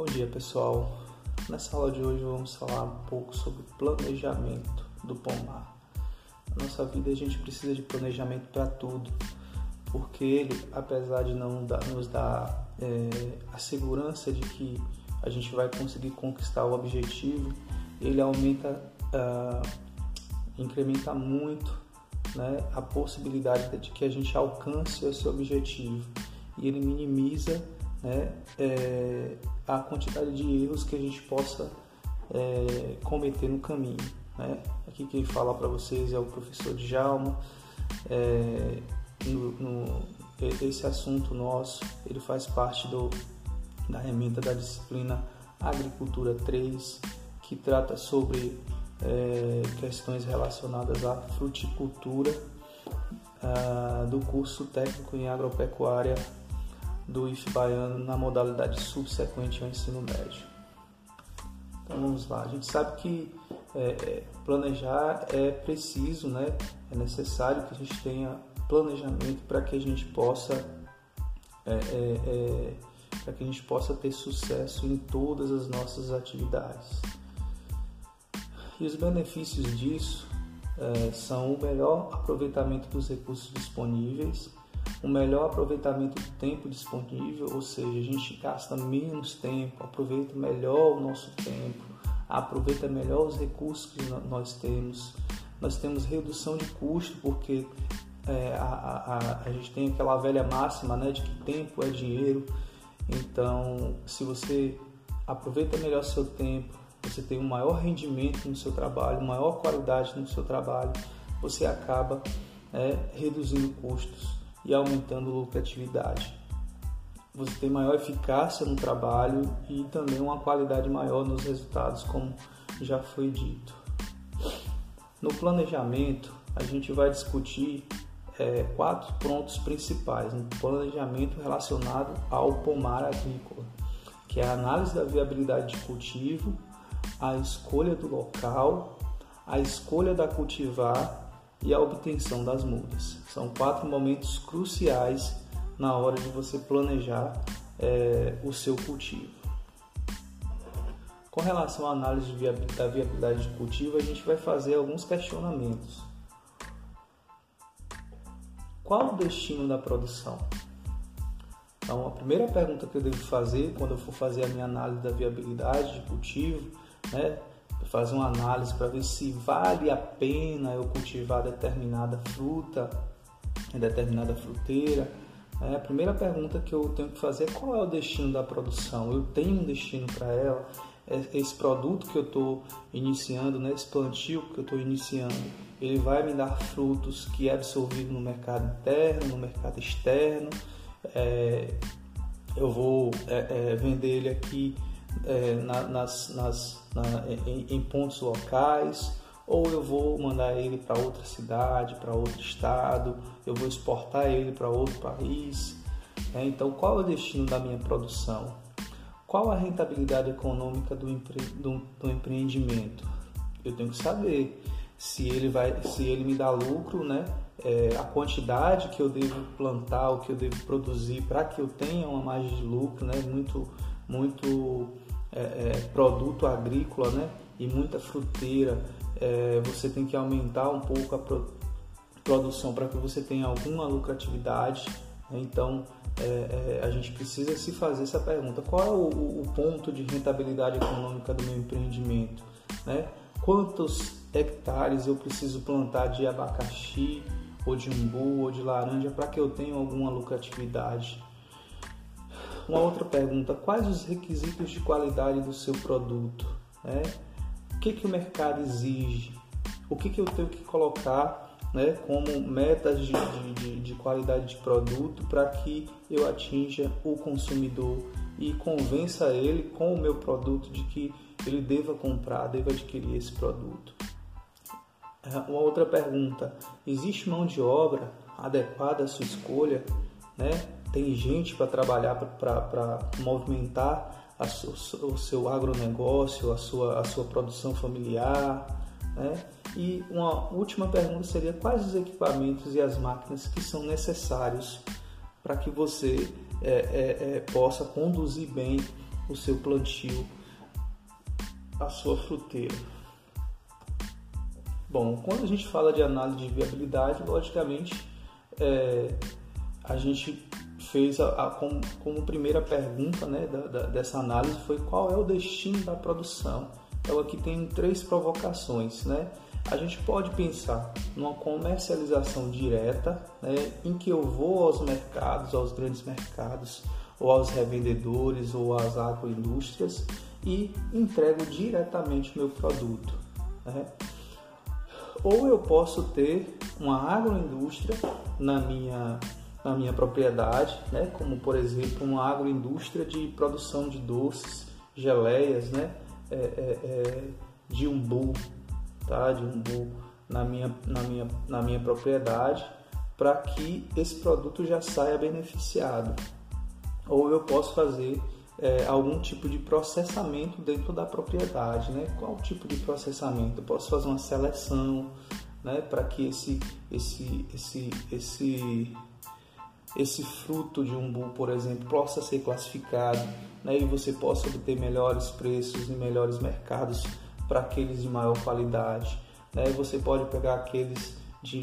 dia, pessoal. Nessa aula de hoje vamos falar um pouco sobre planejamento do pomar. Na nossa vida a gente precisa de planejamento para tudo, porque ele, apesar de não nos dar a segurança de que a gente vai conseguir conquistar o objetivo, ele incrementa muito, né, a possibilidade de que a gente alcance esse objetivo, e ele minimiza, né, a quantidade de erros que a gente possa cometer no caminho, né? Aqui quem fala para vocês é o professor Djalma. Esse assunto nosso, ele faz parte da ementa da disciplina Agricultura 3, que trata sobre questões relacionadas à fruticultura, do curso técnico em agropecuária do IF Baiano, na modalidade subsequente ao ensino médio. Então vamos lá, a gente sabe que planejar é preciso, né? É necessário que a gente tenha planejamento para que a gente possa ter sucesso em todas as nossas atividades. E os benefícios disso são o melhor aproveitamento dos recursos disponíveis, o melhor aproveitamento do tempo disponível, ou seja, a gente gasta menos tempo, aproveita melhor o nosso tempo, aproveita melhor os recursos que nós temos. Nós temos redução de custo, porque a gente tem aquela velha máxima, né, de que tempo é dinheiro. Então, se você aproveita melhor seu tempo, você tem um maior rendimento no seu trabalho, maior qualidade no seu trabalho, você acaba reduzindo custos e aumentando a lucratividade. Você tem maior eficácia no trabalho e também uma qualidade maior nos resultados, como já foi dito. No planejamento, a gente vai discutir 4 pontos principais no planejamento relacionado ao pomar agrícola, que é a análise da viabilidade de cultivo, a escolha do local, a escolha da cultivar e a obtenção das mudas. São 4 momentos cruciais na hora de você planejar o seu cultivo. Com relação à análise da viabilidade de cultivo, a gente vai fazer alguns questionamentos. Qual o destino da produção? Então, a primeira pergunta que eu devo fazer quando eu for fazer a minha análise da viabilidade de cultivo, né, fazer uma análise para ver se vale a pena eu cultivar determinada fruta, determinada fruteira. A primeira pergunta que eu tenho que fazer é: qual é o destino da produção? Eu tenho um destino para ela? Esse produto que eu estou iniciando, né, esse plantio que eu estou iniciando, ele vai me dar frutos que é absorvido no mercado interno, no mercado externo? Eu vou vender ele aqui em pontos locais, ou eu vou mandar ele para outra cidade, para outro estado, eu vou exportar ele para outro país? Então, qual é o destino da minha produção? Qual a rentabilidade econômica do empreendimento? Eu tenho que saber se ele me dá lucro, né? A quantidade que eu devo plantar, o que eu devo produzir para que eu tenha uma margem de lucro, né? Muito produto agrícola, né? E muita fruteira. Você tem que aumentar um pouco a produção para que você tenha alguma lucratividade. Então, a gente precisa se fazer essa pergunta: qual é o ponto de rentabilidade econômica do meu empreendimento, né? Quantos hectares eu preciso plantar de abacaxi, ou de umbu, ou de laranja, para que eu tenha alguma lucratividade? Uma outra pergunta: quais os requisitos de qualidade do seu produto, né? O que o mercado exige? O que eu tenho que colocar, né, como metas de qualidade de produto para que eu atinja o consumidor e convença ele com o meu produto de que ele deva comprar, deva adquirir esse produto? Uma outra pergunta: existe mão de obra adequada à sua escolha, né? Tem gente para trabalhar, para movimentar o seu agronegócio, a sua produção familiar, né? E uma última pergunta seria: quais os equipamentos e as máquinas que são necessários para que você possa conduzir bem o seu plantio, a sua fruteira. Bom, quando a gente fala de análise de viabilidade, logicamente, a gente fez como primeira pergunta, né, dessa análise foi qual é o destino da produção. Então aqui tem 3 provocações, né? A gente pode pensar numa comercialização direta, né, em que eu vou aos mercados, aos grandes mercados, ou aos revendedores, ou às agroindústrias e entrego diretamente o meu produto, né? Ou eu posso ter uma agroindústria na minha propriedade, né? Como por exemplo uma agroindústria de produção de doces, geleias, né? De umbu, tá? De umbu na minha propriedade, para que esse produto já saia beneficiado. Ou eu posso fazer algum tipo de processamento dentro da propriedade, né? Qual tipo de processamento? Eu posso fazer uma seleção, né? Para que esse fruto de umbu, por exemplo, possa ser classificado, né? E você possa obter melhores preços e melhores mercados para aqueles de maior qualidade, né? Você pode pegar aqueles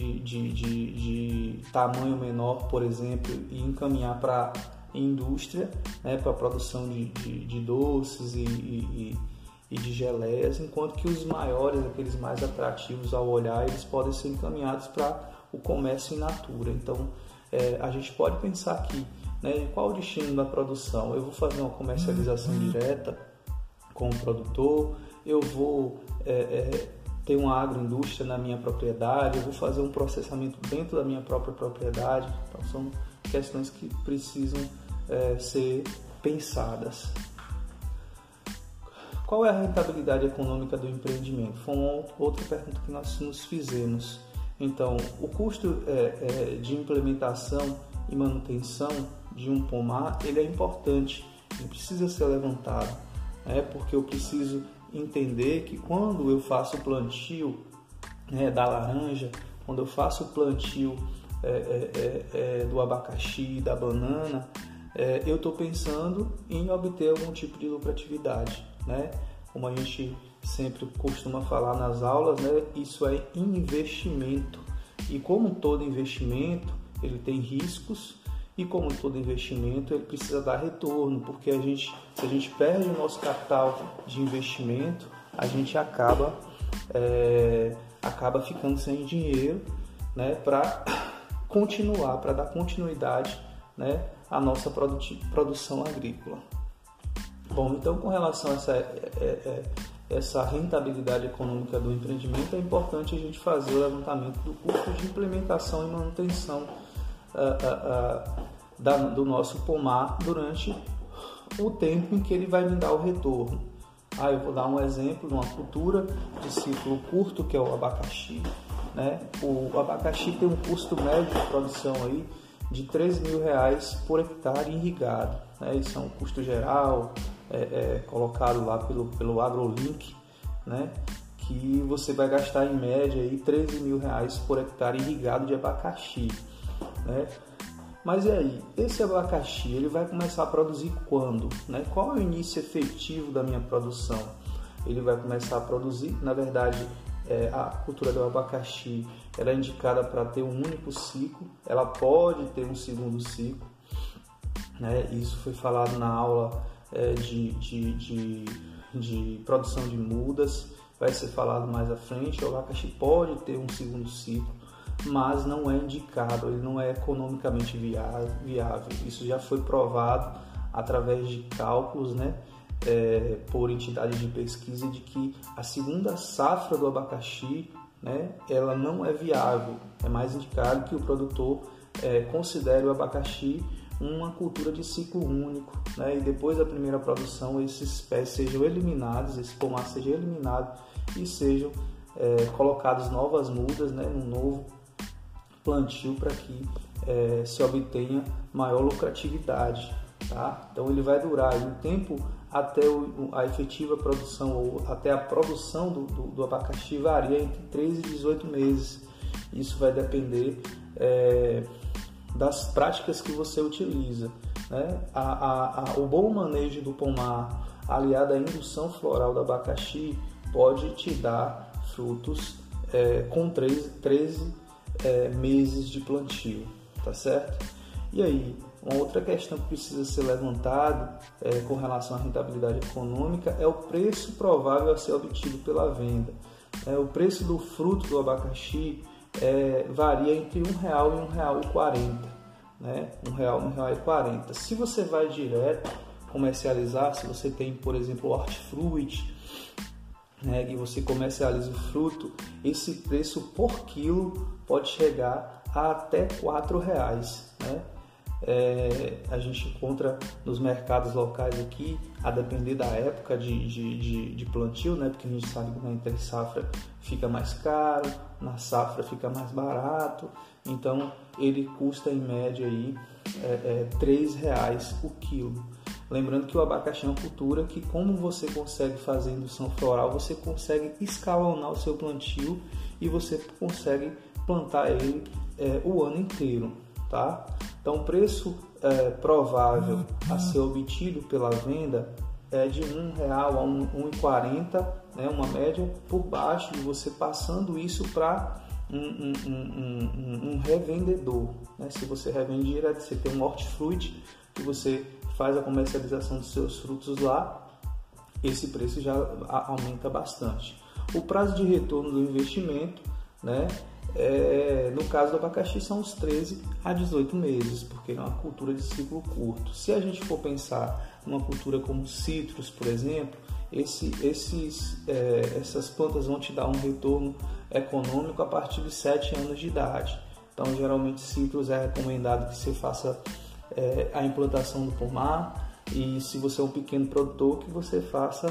de tamanho menor, por exemplo, e encaminhar para indústria, né, para a produção de doces e de geleias, enquanto que os maiores, aqueles mais atrativos ao olhar, eles podem ser encaminhados para o comércio in natura. Então, a gente pode pensar aqui, né, qual o destino da produção. Eu vou fazer uma comercialização direta com o produtor, eu vou ter uma agroindústria na minha propriedade, eu vou fazer um processamento dentro da minha própria propriedade. Então, são questões que precisam ser pensadas. Qual é a rentabilidade econômica do empreendimento? Foi uma outra pergunta que nós nos fizemos. Então, o custo de implementação e manutenção de um pomar, ele é importante, ele precisa ser levantado, né? Porque eu preciso entender que quando eu faço o plantio da laranja, quando eu faço o plantio do abacaxi, da banana, eu estou pensando em obter algum tipo de lucratividade, né? Como a gente sempre costuma falar nas aulas, né? Isso é investimento. E como todo investimento, ele tem riscos, e como todo investimento, ele precisa dar retorno, porque se a gente perde o nosso capital de investimento, a gente acaba ficando sem dinheiro, né? Para dar continuidade, né, à nossa produção agrícola. Bom, então com relação a essa rentabilidade econômica do empreendimento, é importante a gente fazer o levantamento do custo de implementação e manutenção do nosso pomar durante o tempo em que ele vai me dar o retorno. Eu vou dar um exemplo de uma cultura de ciclo curto, que é o abacaxi, né? O abacaxi tem um custo médio de produção aí de R$3.000 por hectare irrigado, né? Isso é um custo geral, colocado lá pelo AgroLink, né? Que você vai gastar em média aí R$13.000 por hectare irrigado de abacaxi, né? Mas e aí, esse abacaxi ele vai começar a produzir quando, né? Qual é o início efetivo da minha produção? Ele vai começar a produzir, na verdade, a cultura do abacaxi ela é indicada para ter um único ciclo, ela pode ter um segundo ciclo, né? Isso foi falado na aula de produção de mudas, vai ser falado mais à frente. O abacaxi pode ter um segundo ciclo, mas não é indicado, ele não é economicamente viável. Isso já foi provado através de cálculos, né, por entidades de pesquisa, de que a segunda safra do abacaxi, né, ela não é viável. É mais indicado que o produtor considere o abacaxi uma cultura de ciclo único, né, e depois da primeira produção esses pés sejam eliminados, esse pomar seja eliminado e sejam colocados novas mudas, né, num novo plantio, para que se obtenha maior lucratividade, tá? Então ele vai durar um tempo até a efetiva produção, ou até a produção do abacaxi varia entre 3 e 18 meses. Isso vai depender das práticas que você utiliza. né? O bom manejo do pomar aliado à indução floral do abacaxi pode te dar frutos com 13 meses de plantio, tá certo? E aí, uma outra questão que precisa ser levantada com relação à rentabilidade econômica é o preço provável a ser obtido pela venda. O preço do fruto do abacaxi varia entre R$1 e R$1,40, né? R$1 e R$1,40. Se você vai direto comercializar, se você tem, por exemplo, hortifruti, né, e você comercializa o fruto, esse preço por quilo pode chegar a até R$4, né? A gente encontra nos mercados locais aqui, a depender da época de plantio, né? Porque a gente sabe que na entre safra fica mais caro, na safra fica mais barato, então ele custa em média aí R$3 o quilo. Lembrando que o abacaxi é uma cultura que, como você consegue fazer indução floral, você consegue escalonar o seu plantio e você consegue plantar ele o ano inteiro, tá? Então, o preço provável a ser obtido pela venda é de R$1 a R$1,40, né? Uma média por baixo, e você passando isso para um revendedor, né? Se você revende direto, você tem um hortifruti que você faz a comercialização dos seus frutos lá, esse preço já aumenta bastante. O prazo de retorno do investimento, né, no caso do abacaxi, são os 13 a 18 meses, porque é uma cultura de ciclo curto. Se a gente for pensar numa cultura como citros, por exemplo, essas plantas vão te dar um retorno econômico a partir de 7 anos de idade. Então, geralmente, citros é recomendado que você faça a implantação do pomar, e se você é um pequeno produtor, que você faça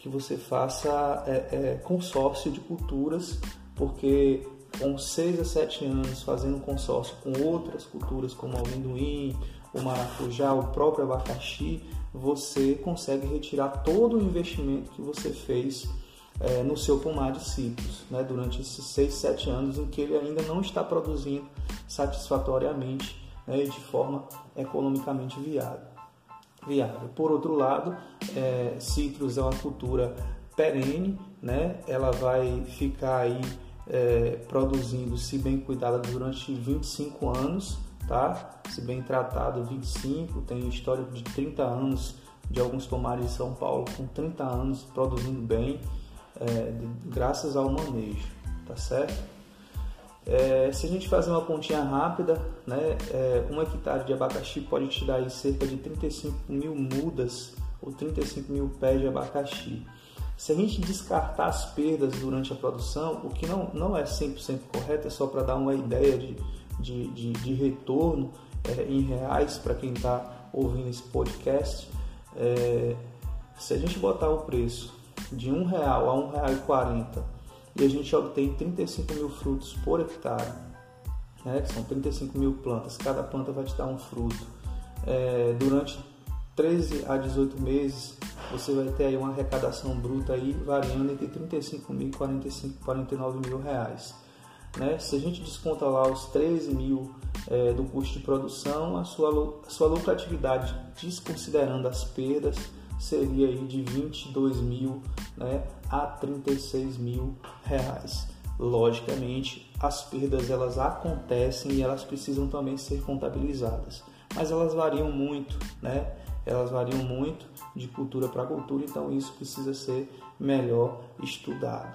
consórcio de culturas, porque com 6 a 7 anos fazendo consórcio com outras culturas como o amendoim, o maracujá, o próprio abacaxi, você consegue retirar todo o investimento que você fez no seu pomar de citros, né, durante esses 6, 7 anos em que ele ainda não está produzindo satisfatoriamente, né, de forma economicamente viável. Por outro lado, citros é uma cultura perene, né? Ela vai ficar aí produzindo, se bem cuidada, durante 25 anos, tá? Se bem tratado, 25, tem histórico de 30 anos de alguns pomares de São Paulo com 30 anos produzindo bem, graças ao manejo, tá certo? Se a gente fazer uma continha rápida, né, 1 hectare de abacaxi pode te dar aí cerca de 35 mil mudas ou 35 mil pés de abacaxi. Se a gente descartar as perdas durante a produção, o que não é 100% correto, é só para dar uma ideia de retorno em reais para quem está ouvindo esse podcast. Se a gente botar o preço de R$1 a R$1,40 e a gente obtém 35 mil frutos por hectare, né, que são 35 mil plantas, cada planta vai te dar um fruto. Durante 13 a 18 meses, você vai ter aí uma arrecadação bruta aí, variando entre 35 mil e 49 mil reais. Né? Se a gente desconta lá os 13 mil do custo de produção, a sua lucratividade, desconsiderando as perdas, seria aí de 22 mil, né, a 36 mil reais. Logicamente, as perdas elas acontecem e elas precisam também ser contabilizadas, mas elas variam muito, né? Elas variam muito de cultura para cultura, então isso precisa ser melhor estudado.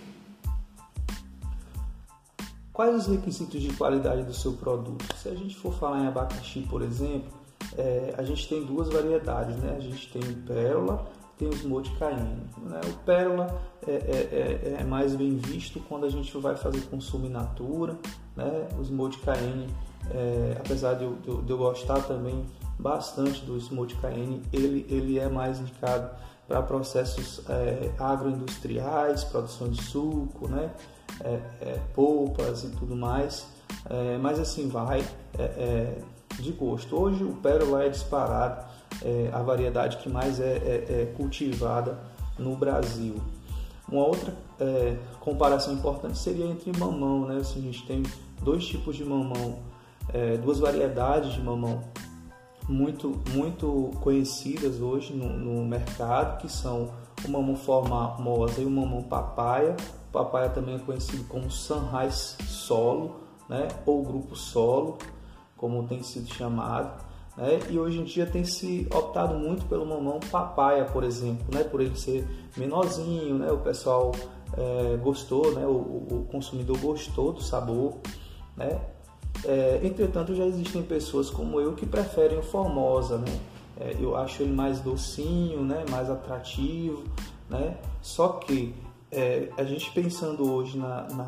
Quais os requisitos de qualidade do seu produto? Se a gente for falar em abacaxi, por exemplo, a gente tem duas variedades, né? A gente tem o Pérola, tem o Smooth Cayenne, né? O Pérola é mais bem visto quando a gente vai fazer consumo in natura, né? O Smooth Cayenne, apesar de eu gostar também bastante do Smooth Cayenne, ele é mais indicado para processos agroindustriais, produção de suco, né? Polpas e tudo mais, mas assim vai de gosto. Hoje o Pérola é disparado a variedade que mais é cultivada no Brasil. Uma outra comparação importante seria entre mamão, né? Assim, a gente tem dois tipos de mamão, duas variedades de mamão. muito conhecidas hoje no mercado, que são o mamão Formosa e o mamão Papaya. O Papaya também é conhecido como Sunrise Solo, né? Ou Grupo Solo, como tem sido chamado, né? E hoje em dia tem se optado muito pelo mamão Papaya, por exemplo, né? Por ele ser menorzinho, né? O pessoal gostou, né? O consumidor gostou do sabor, né? Entretanto, já existem pessoas como eu que preferem o Formosa, né? Eu acho ele mais docinho, né? Mais atrativo, né? Só que a gente pensando hoje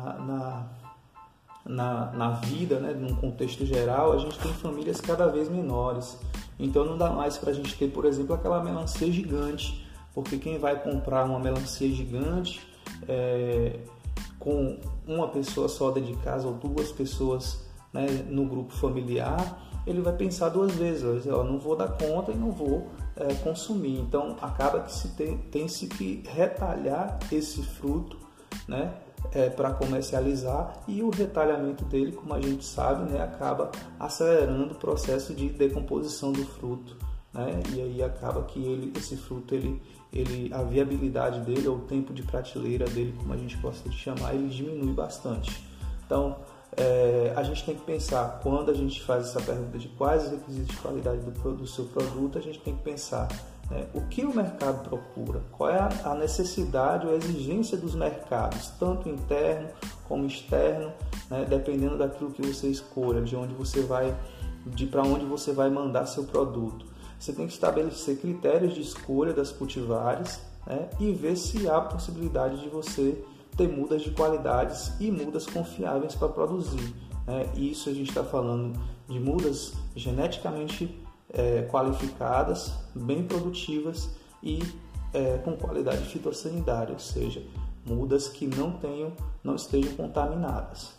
na vida, né? Num contexto geral, a gente tem famílias cada vez menores. Então não dá mais para a gente ter, por exemplo, aquela melancia gigante, porque quem vai comprar uma melancia gigante com uma pessoa só dentro de casa ou duas pessoas, né, no grupo familiar, ele vai pensar duas vezes, não vou dar conta e não vou consumir. Então acaba que tem-se que retalhar esse fruto, né, para comercializar, e o retalhamento dele, como a gente sabe, né, acaba acelerando o processo de decomposição do fruto, né, e aí acaba que esse fruto a viabilidade dele, ou o tempo de prateleira dele, como a gente gosta de chamar, ele diminui bastante. Então a gente tem que pensar, quando a gente faz essa pergunta de quais os requisitos de qualidade do seu produto, a gente tem que pensar, né, o que o mercado procura, qual é a necessidade ou a exigência dos mercados, tanto interno como externo, né, dependendo daquilo que você escolha, para onde você vai mandar seu produto. Você tem que estabelecer critérios de escolha das cultivares, né, e ver se há possibilidade de você ter mudas de qualidades e mudas confiáveis para produzir, né? Isso a gente está falando de mudas geneticamente qualificadas, bem produtivas e com qualidade fitossanitária, ou seja, mudas que não estejam contaminadas.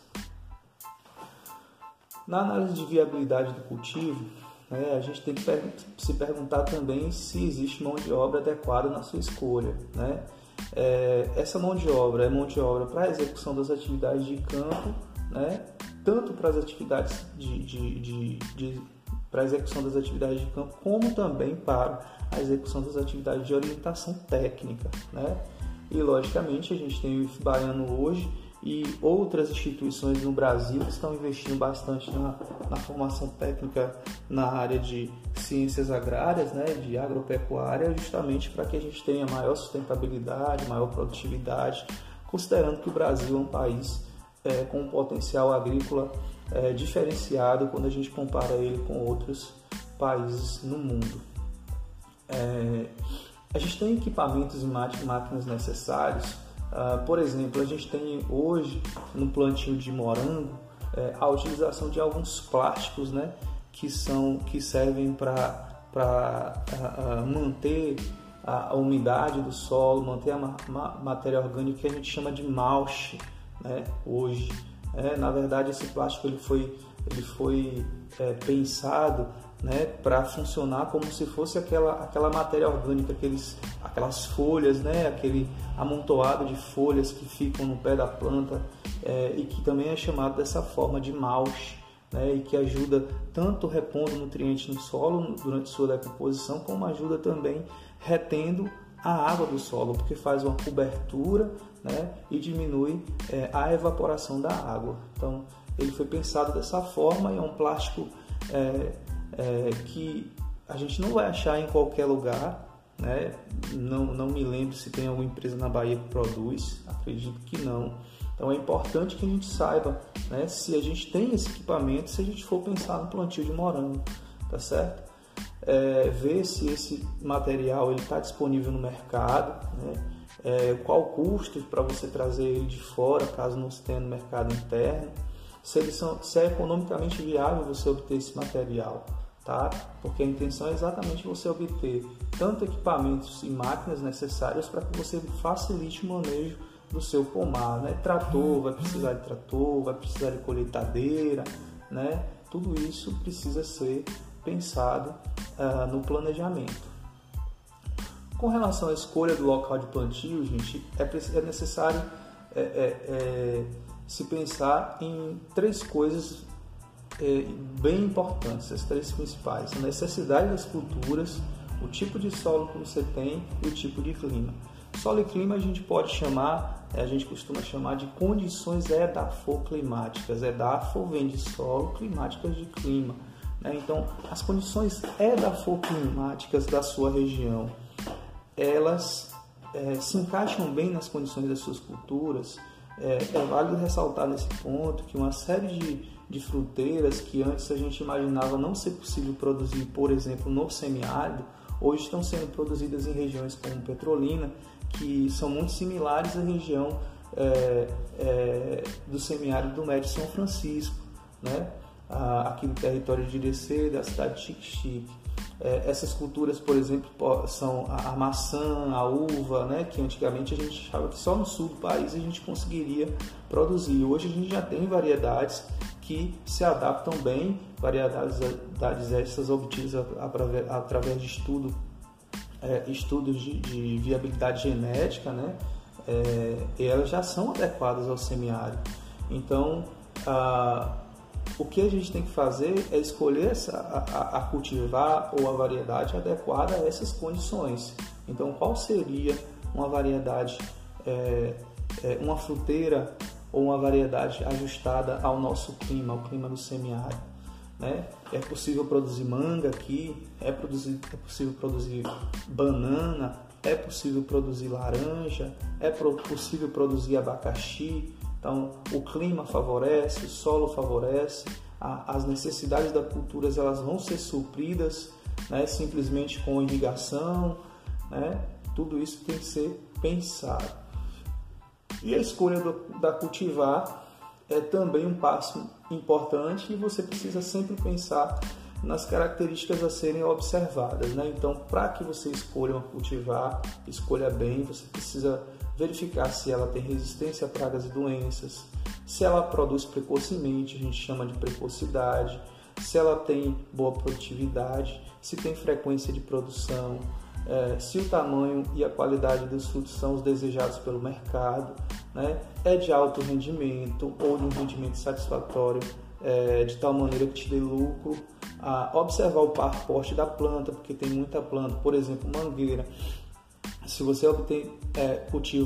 Na análise de viabilidade do cultivo, né, a gente tem que se perguntar também se existe mão de obra adequada na sua escolha, né? Essa mão de obra é mão de obra para a execução das atividades de campo, né? Tanto para as atividades para a execução das atividades de campo, como também para a execução das atividades de orientação técnica, né? E logicamente a gente tem o IF Baiano hoje e outras instituições no Brasil que estão investindo bastante na formação técnica na área de ciências agrárias, né, de agropecuária, justamente para que a gente tenha maior sustentabilidade, maior produtividade, considerando que o Brasil é um país com um potencial agrícola diferenciado quando a gente compara ele com outros países no mundo. A gente tem equipamentos e máquinas necessários. Por exemplo, a gente tem hoje no plantio de morango a utilização de alguns plásticos, né, que servem para manter a umidade do solo, manter a matéria orgânica, que a gente chama de mulch, né, hoje. Na verdade, esse plástico ele foi pensado, né, para funcionar como se fosse aquela matéria orgânica, aquelas folhas, né, aquele amontoado de folhas que ficam no pé da planta, e que também é chamado dessa forma de mulch, né, e que ajuda tanto repondo nutrientes no solo durante sua decomposição, como ajuda também retendo a água do solo, porque faz uma cobertura, né, e diminui a evaporação da água. Então ele foi pensado dessa forma, e é um plástico que a gente não vai achar em qualquer lugar, né? Não me lembro se tem alguma empresa na Bahia que produz, acredito que não. Então é importante que a gente saiba, né, se a gente tem esse equipamento, se a gente for pensar no plantio de morango, tá certo? Ver se esse material está disponível no mercado, né? Qual o custo para você trazer ele de fora, caso não se tenha no mercado interno, se é economicamente viável você obter esse material, tá? Porque a intenção é exatamente você obter tanto equipamentos e máquinas necessárias para que você facilite o manejo do seu pomar, né? Trator, vai precisar de trator, vai precisar de colheitadeira, né? Tudo isso precisa ser pensado no planejamento. Com relação à escolha do local de plantio, gente, é necessário se pensar em três coisas bem importantes, as três principais: a necessidade das culturas, o tipo de solo que você tem e o tipo de clima. Solo e clima a gente pode chamar, a gente costuma chamar de condições edafoclimáticas. Edafo vem de solo, climáticas de clima, né? Então, as condições edafoclimáticas da sua região, elas se encaixam bem nas condições das suas culturas. É válido ressaltar nesse ponto que uma série de fruteiras que antes a gente imaginava não ser possível produzir, por exemplo, no semiárido, hoje estão sendo produzidas em regiões como Petrolina, que são muito similares à região do semiárido do Médio São Francisco, né? Aqui do território de Irecê, da cidade de Xique-Xique. Essas culturas, por exemplo, são a maçã, a uva, né? Que antigamente a gente achava que só no sul do país a gente conseguiria produzir. Hoje a gente já tem variedades que se adaptam bem, variedades essas obtidas através de estudos de viabilidade genética, né? E elas já são adequadas ao semiárido. Então, o que a gente tem que fazer é escolher a cultivar ou a variedade adequada a essas condições. Então, qual seria uma variedade, uma fruteira ou uma variedade ajustada ao nosso clima, ao clima do semiárido, né? É possível produzir manga aqui, é possível produzir banana, é possível produzir laranja, é possível produzir abacaxi. Então, o clima favorece, o solo favorece, as necessidades das culturas elas vão ser supridas, né, simplesmente com irrigação, né? Tudo isso tem que ser pensado. E a escolha da cultivar é também um passo importante e você precisa sempre pensar nas características a serem observadas, né? Então, para que você escolha uma cultivar, escolha bem, você precisa verificar se ela tem resistência a pragas e doenças, se ela produz precocemente, a gente chama de precocidade, se ela tem boa produtividade, se tem frequência de produção, se o tamanho e a qualidade dos frutos são os desejados pelo mercado, né? É de alto rendimento ou de um rendimento satisfatório, de tal maneira que te dê lucro. Observar o porte da planta, porque tem muita planta, por exemplo, mangueira. Se você cultiva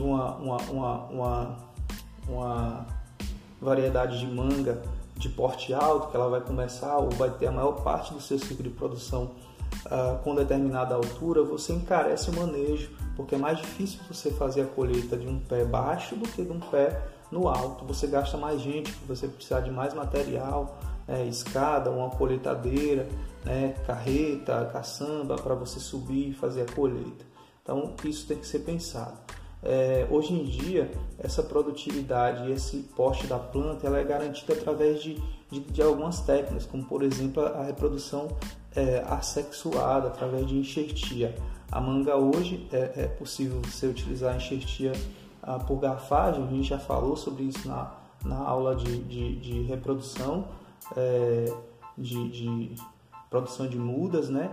uma variedade de manga de porte alto, que ela vai começar ou vai ter a maior parte do seu ciclo de produção com determinada altura, você encarece o manejo, porque é mais difícil você fazer a colheita de um pé baixo do que de um pé no alto. Você gasta mais gente, você precisa de mais material, escada, uma colheitadeira, carreta, caçamba para você subir e fazer a colheita. Então isso tem que ser pensado. Hoje em dia essa produtividade e esse porte da planta ela é garantida através de algumas técnicas, como por exemplo a reprodução assexuada através de enxertia. A manga hoje é possível você utilizar a enxertia por garfagem. A gente já falou sobre isso na aula de reprodução, de produção de mudas, né?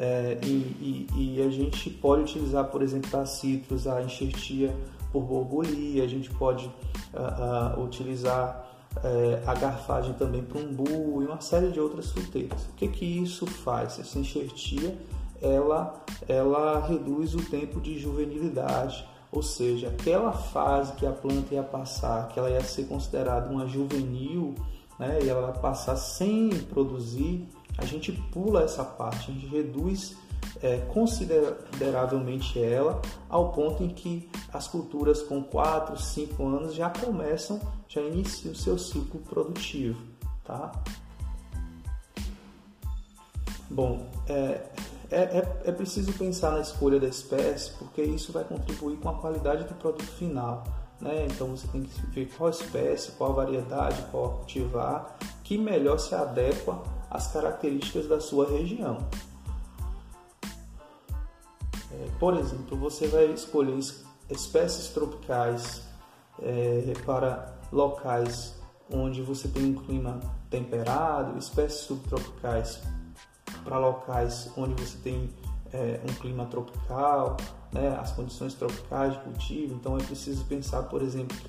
E a gente pode utilizar, por exemplo, para citros, a enxertia por borbolia. A gente pode utilizar a garfagem também para umbu e uma série de outras fruteiras. O que isso faz? Essa enxertia ela reduz o tempo de juvenilidade, ou seja, aquela fase que a planta ia passar, que ela ia ser considerada uma juvenil, né, e ela vai passar sem produzir, a gente pula essa parte, a gente reduz consideravelmente ela, ao ponto em que as culturas com 4, 5 anos já iniciam o seu ciclo produtivo, tá? Bom, é preciso pensar na escolha da espécie, porque isso vai contribuir com a qualidade do produto final, né? Então você tem que ver qual espécie, qual variedade, qual cultivar, que melhor se adequa às características da sua região. Por exemplo, você vai escolher espécies tropicais para locais onde você tem um clima temperado, espécies subtropicais para locais onde você tem um clima tropical, né, as condições tropicais de cultivo. Então é preciso pensar, por exemplo, que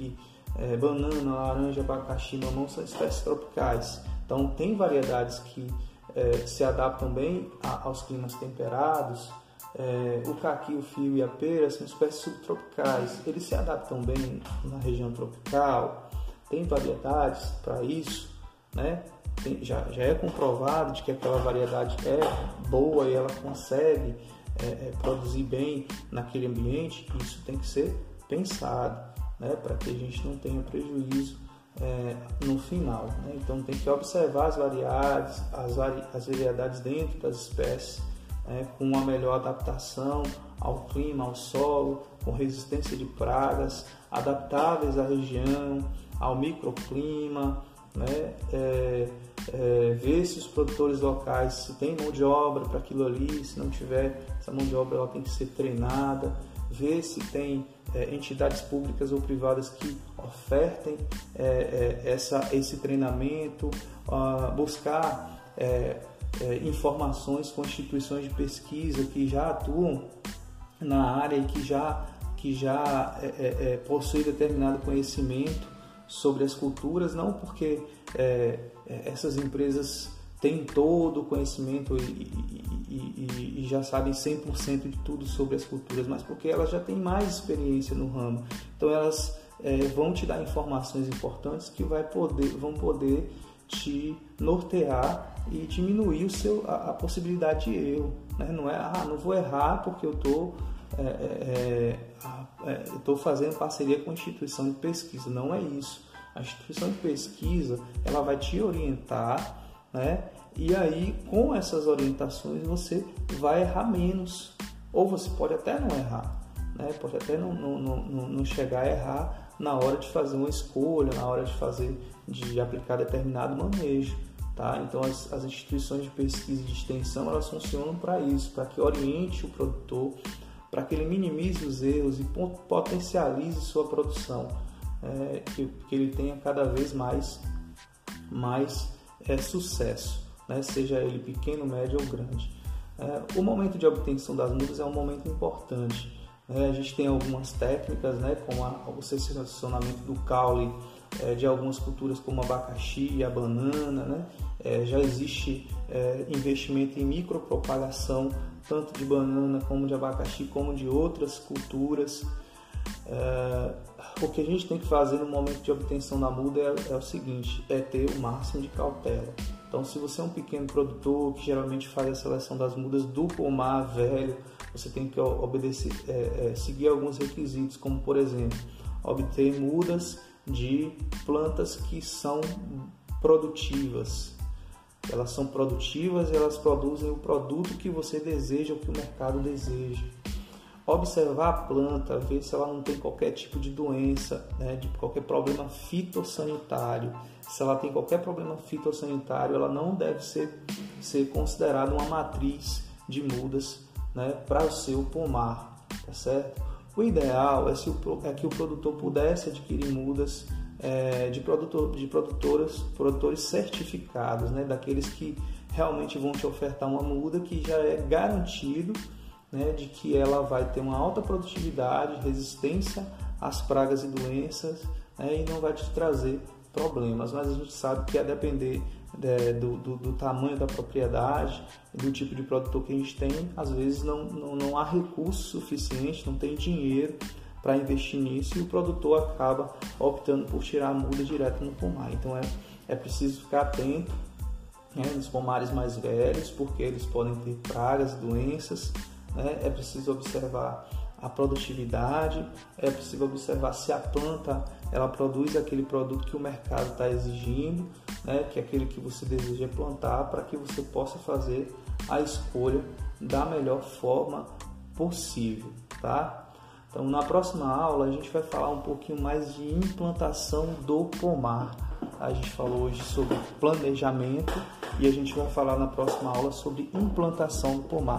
banana, laranja, abacaxi, mamão são espécies tropicais. Então tem variedades que se adaptam bem aos climas temperados. O caqui, o fio e a pera são espécies subtropicais. Eles se adaptam bem na região tropical. Tem variedades para isso, né? Já é comprovado de que aquela variedade é boa e ela consegue produzir bem naquele ambiente. Isso tem que ser pensado, né? Para que a gente não tenha prejuízo no final, né? Então tem que observar as variedades dentro das espécies, com uma melhor adaptação ao clima, ao solo, com resistência de pragas, adaptáveis à região, ao microclima, né? Ver se os produtores locais, se tem mão de obra para aquilo ali, se não tiver, essa mão de obra ela tem que ser treinada, ver se tem entidades públicas ou privadas que ofertem esse treinamento, buscar informações com instituições de pesquisa que já atuam na área e que já possuem determinado conhecimento sobre as culturas, não porque essas empresas têm todo o conhecimento e já sabem 100% de tudo sobre as culturas, mas porque elas já têm mais experiência no ramo. Então elas vão te dar informações importantes que vão poder te nortear e diminuir a possibilidade de erro, né? Não é, não vou errar porque eu estou fazendo parceria com a instituição de pesquisa. Não é isso. A instituição de pesquisa ela vai te orientar, né? E aí com essas orientações você vai errar menos, ou você pode até não errar, né? Pode até não chegar a errar na hora de fazer uma escolha, na hora de aplicar determinado manejo, tá? Então as instituições de pesquisa e de extensão elas funcionam para isso, para que oriente o produtor, para que ele minimize os erros e potencialize sua produção, que ele tenha cada vez mais sucesso, né? Seja ele pequeno, médio ou grande. O momento de obtenção das mudas é um momento importante. A gente tem algumas técnicas, né, como o selecionamento do caule de algumas culturas como o abacaxi e a banana, né? Já existe investimento em micropropagação, tanto de banana como de abacaxi, como de outras culturas. O que a gente tem que fazer no momento de obtenção da muda é o seguinte, ter o máximo de cautela. Então, se você é um pequeno produtor que geralmente faz a seleção das mudas do pomar velho, você tem que obedecer, seguir alguns requisitos, como por exemplo, obter mudas de plantas que são produtivas. Elas são produtivas e elas produzem o produto que você deseja, o que o mercado deseja. Observar a planta, ver se ela não tem qualquer tipo de doença, né, de qualquer problema fitossanitário. Se ela tem qualquer problema fitossanitário, ela não deve ser considerada uma matriz de mudas, né, para o seu pomar, tá certo? O ideal é que o produtor pudesse adquirir mudas de produtores certificados, né, daqueles que realmente vão te ofertar uma muda que já é garantido, né, de que ela vai ter uma alta produtividade, resistência às pragas e doenças, né, e não vai te trazer problemas. Mas a gente sabe que a depender do tamanho da propriedade e do tipo de produtor que a gente tem, às vezes não há recurso suficiente, não tem dinheiro para investir nisso e o produtor acaba optando por tirar a muda direto no pomar. Então é preciso ficar atento, né, nos pomares mais velhos, porque eles podem ter pragas, doenças, né? É preciso observar a produtividade, é preciso observar se a planta ela produz aquele produto que o mercado está exigindo, né? Que é aquele que você deseja plantar, para que você possa fazer a escolha da melhor forma possível, tá? Então, na próxima aula a gente vai falar um pouquinho mais de implantação do pomar. A gente falou hoje sobre planejamento e a gente vai falar na próxima aula sobre implantação do pomar.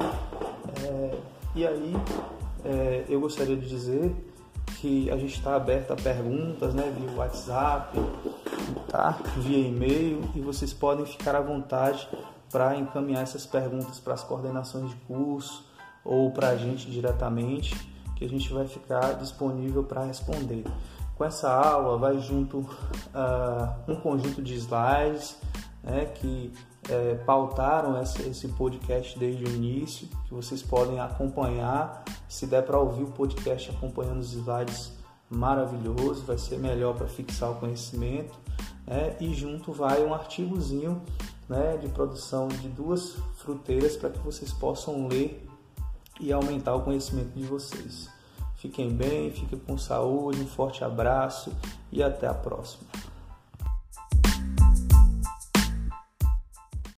E aí eu gostaria de dizer que a gente está aberto a perguntas, né, via WhatsApp, tá? Via e-mail, e vocês podem ficar à vontade para encaminhar essas perguntas para as coordenações de curso ou para a gente diretamente, que a gente vai ficar disponível para responder. com essa aula vai junto um conjunto de slides, né, que pautaram esse podcast desde o início, que vocês podem acompanhar. Se der para ouvir o podcast acompanhando os slides, maravilhoso, vai ser melhor para fixar o conhecimento, né? E junto vai um artigozinho, né, de produção de 2 fruteiras para que vocês possam ler e aumentar o conhecimento de vocês. Fiquem bem, fiquem com saúde, um forte abraço e até a próxima.